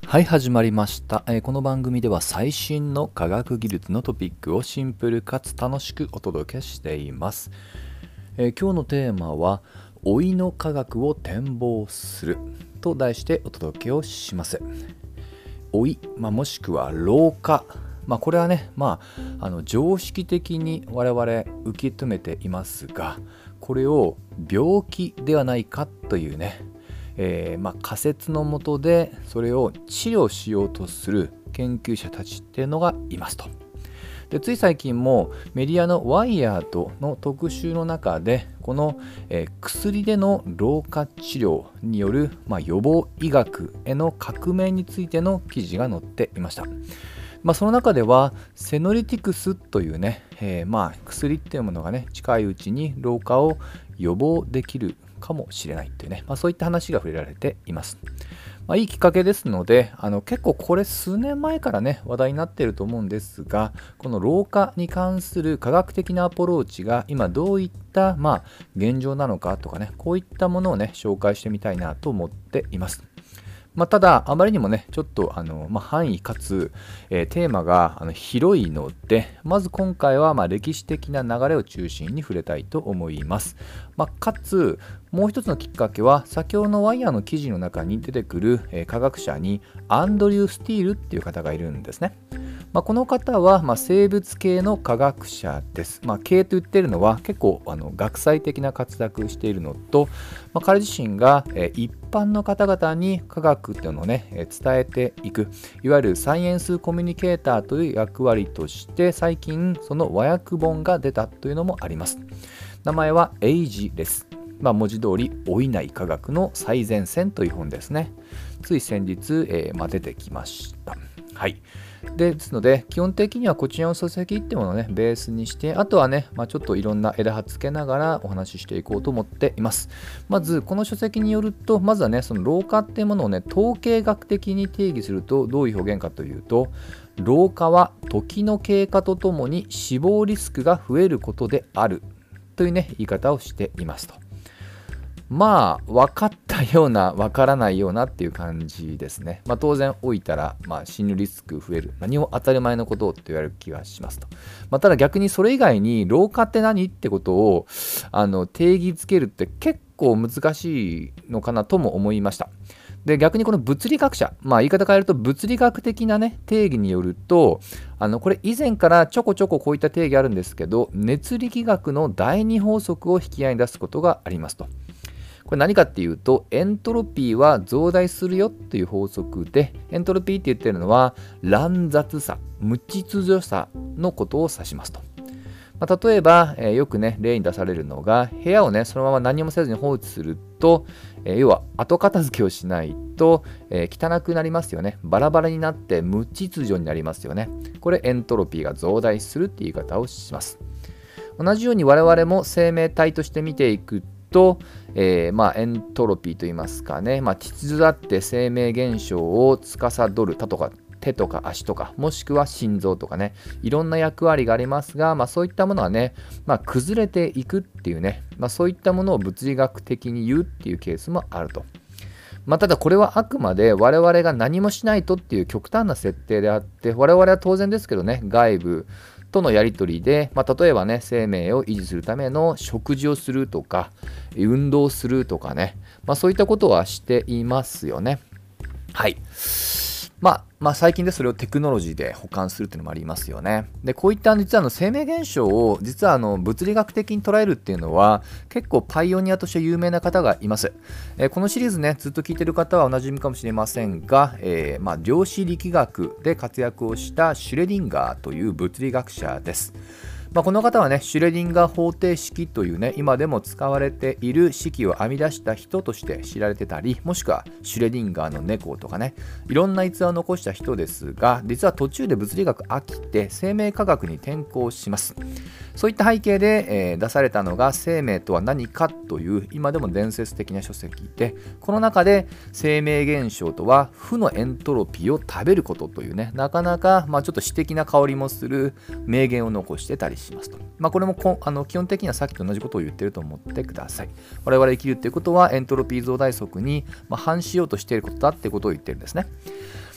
はい、始まりました。この番組では最新の科学技術のトピックをシンプルかつ楽しくお届けしています。今日のテーマは老いの科学を展望すると題してお届けをします。老い、もしくは老化、これはね、常識的に我々受け止めていますが、これを病気ではないかというね、仮説のもとでそれを治療しようとする研究者たちっていうのがいますと。でつい最近もメディアのワイヤードの特集の中でこの、薬での老化治療による、予防医学への革命についての記事が載っていました。その中ではセノリティクスというね、薬っていうものがね近いうちに老化を予防できるかもしれないっていうね、そういった話が触れられています。いいきっかけですので、結構これ数年前からね話題になっていると思うんですが、この老化に関する科学的なアプローチが今どういった現状なのかとかね、こういったものをね紹介してみたいなと思っています。ただあまりにもねちょっと範囲かつ、テーマが広いので、まず今回は歴史的な流れを中心に触れたいと思います。かつもう一つのきっかけは先ほどのワイヤーの記事の中に出てくる、科学者にアンドリュー・スティールっていう方がいるんですね。この方は、生物系の科学者です。系と言っているのは結構学際的な活躍をしているのと、彼自身が、一般の方々に科学っていうのをね伝えていく、いわゆるサイエンスコミュニケーターという役割として最近その和訳本が出たというのもあります。名前はエイジレス。文字通り老いない科学の最前線という本ですね。つい先日、出てきました。はい。ですので基本的にはこちらの書籍っていうものをねベースにして、あとはね、ちょっといろんな枝葉つけながらお話ししていこうと思っています。まずこの書籍によると、まずはねその老化っていうものをね統計学的に定義するとどういう表現かというと、老化は時の経過とともに死亡リスクが増えることであるというね言い方をしていますと。分かったような分からないようなっていう感じですね。当然老いたら死ぬリスク増える、何も当たり前のことをって言われる気がしますと。ただ逆にそれ以外に老化って何ってことを定義づけるって結構難しいのかなとも思いました。で逆にこの物理学者、言い方変えると物理学的なね定義によると、これ以前からちょこちょここういった定義あるんですけど、熱力学の第二法則を引き合いに出すことがありますと。これ何かっていうと、エントロピーは増大するよっていう法則で、エントロピーって言ってるのは乱雑さ、無秩序さのことを指しますと。例えば、よくね例に出されるのが、部屋をねそのまま何もせずに放置すると、要は後片付けをしないと、汚くなりますよね。バラバラになって無秩序になりますよね。これエントロピーが増大するっていう言い方をします。同じように我々も生命体として見ていくと、エントロピーといいますかね、秩序だって生命現象を司る手とか足とか、もしくは心臓とかね、いろんな役割がありますが、そういったものはね、崩れていくっていうね、そういったものを物理学的に言うっていうケースもあると。ただこれはあくまで我々が何もしないとっていう極端な設定であって、我々は当然ですけどね、外部とのやり取りで、例えばね生命を維持するための食事をするとか運動するとかね、そういったことはしていますよね。はい。最近でそれをテクノロジーで補完するっていうのもありますよね。でこういった実は生命現象を実は物理学的に捉えるっていうのは結構パイオニアとして有名な方がいます。このシリーズねずっと聞いてる方はおなじみかもしれませんが、量子力学で活躍をしたシュレディンガーという物理学者です。この方はねシュレディンガー方程式というね今でも使われている式を編み出した人として知られてたり、もしくはシュレディンガーの猫とかね、いろんな逸話を残した人ですが、実は途中で物理学飽きて生命科学に転向します。そういった背景で、出されたのが生命とは何かという今でも伝説的な書籍で、この中で生命現象とは負のエントロピーを食べることというね、なかなかちょっと詩的な香りもする名言を残してたりしますと。これも基本的にはさっきと同じことを言ってると思ってください。我々生きるっていうことはエントロピー増大則に反しようとしていることだってことを言ってるんですね。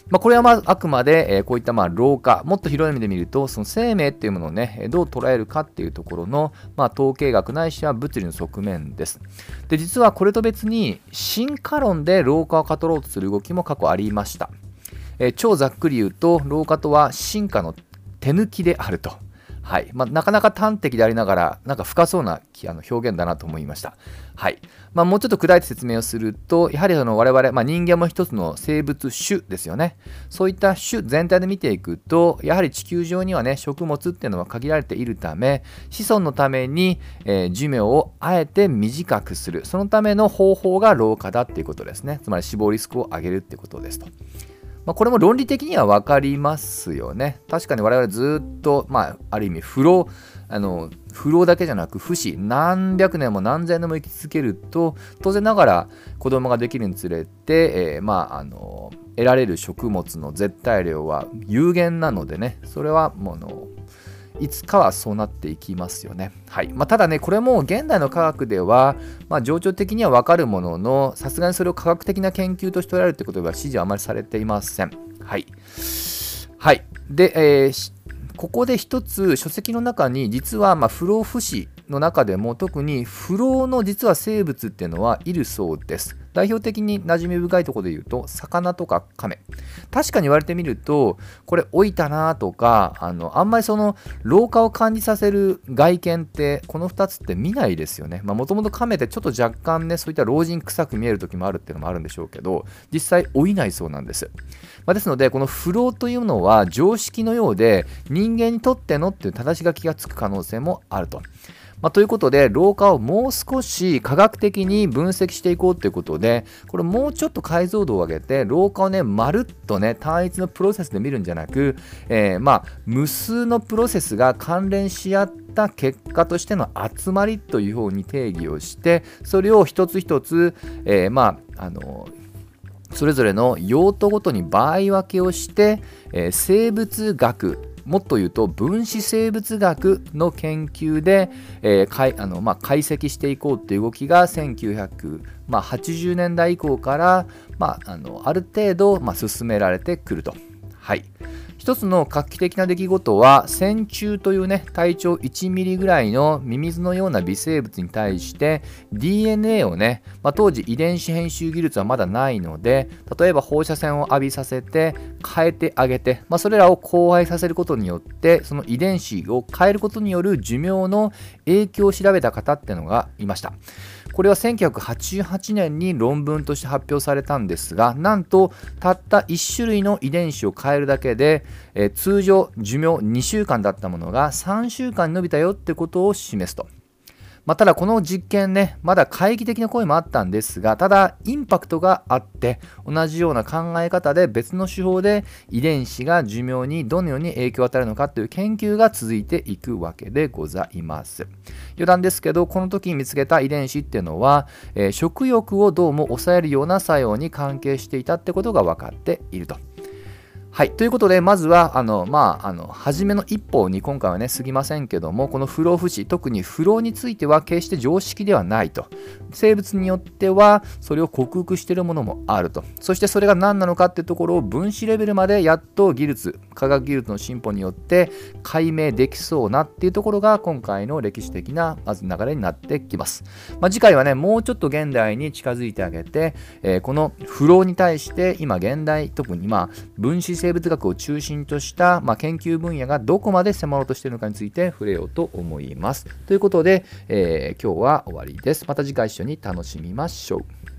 これはあくまで、こういった老化、もっと広い意味で見ると、その生命っていうものをね、どう捉えるかっていうところの、統計学ないしは物理の側面です。で、実はこれと別に、進化論で老化を語ろうとする動きも過去ありました。超ざっくり言うと、老化とは進化の手抜きであると。はい。なかなか端的でありながら、なんか深そうな表現だなと思いました。はい。もうちょっと砕いて説明をすると、やはり我々、人間も一つの生物種ですよね。そういった種全体で見ていくと、やはり地球上にはね、食物っていうのは限られているため、子孫のために、寿命をあえて短くする。そのための方法が老化だっていうことですね。つまり死亡リスクを上げるってことですと。これも論理的には分かりますよね。確かに我々ずっと、ある意味不老だけじゃなく不死、何百年も何千年も生き続けると、当然ながら子供ができるにつれて、得られる食物の絶対量は有限なのでね、それはもういつかはそうなっていきますよね。はい。ただね、これも現代の科学では、情緒的には分かるものの、さすがにそれを科学的な研究として捉えるということが指示はあまりされていません。はい。はい。で、ここで一つ書籍の中に実は不老不死の中でも特に不老の実は生物っていうのはいるそうです。代表的に馴染み深いところで言うと魚とか亀。確かに言われてみるとこれ老いたなとかあんまりその老化を感じさせる外見ってこの2つって見ないですよね。もともと亀ってちょっと若干ねそういった老人臭く見える時もあるっていうのもあるんでしょうけど実際老いないそうなんです。ですのでこの不老というのは常識のようで人間にとってのっていう正し書きがつく可能性もあると。ということで老化をもう少し科学的に分析していこうということでこれもうちょっと解像度を上げて老化をねまるっとね単一のプロセスで見るんじゃなく、無数のプロセスが関連し合った結果としての集まりというふうに定義をしてそれを一つ一つ、それぞれの用途ごとに場合分けをして、生物学もっと言うと分子生物学の研究で、解析していこうという動きが1980年代以降から、ある程度、進められてくると。はい。一つの画期的な出来事は線虫というね体長1ミリぐらいのミミズのような微生物に対して DNA をね、当時遺伝子編集技術はまだないので例えば放射線を浴びさせて変えてあげて、それらを交配させることによってその遺伝子を変えることによる寿命の影響を調べた方っていうのがいました。これは1988年に論文として発表されたんですがなんとたった1種類の遺伝子を変えるだけで、通常寿命2週間だったものが3週間に伸びたよってことを示すと。ただこの実験ねまだ懐疑的な声もあったんですがただインパクトがあって同じような考え方で別の手法で遺伝子が寿命にどのように影響を与えるのかという研究が続いていくわけでございます。余談ですけどこの時に見つけた遺伝子っていうのは、食欲をどうも抑えるような作用に関係していたってことが分かっていると。はい。ということで、まずは、初めの一歩に今回はね、過ぎませんけども、この不老不死、特に不老については決して常識ではないと。生物によっては、それを克服しているものもあると。そしてそれが何なのかっていうところを分子レベルまでやっと科学技術の進歩によって解明できそうなっていうところが今回の歴史的なまず流れになってきます。次回はね、もうちょっと現代に近づいてあげて、この不老に対して今現代、特に分子生物学を中心とした、研究分野がどこまで迫ろうとしているのかについて触れようと思います。ということで、今日は終わりです。また次回一緒に楽しみましょう。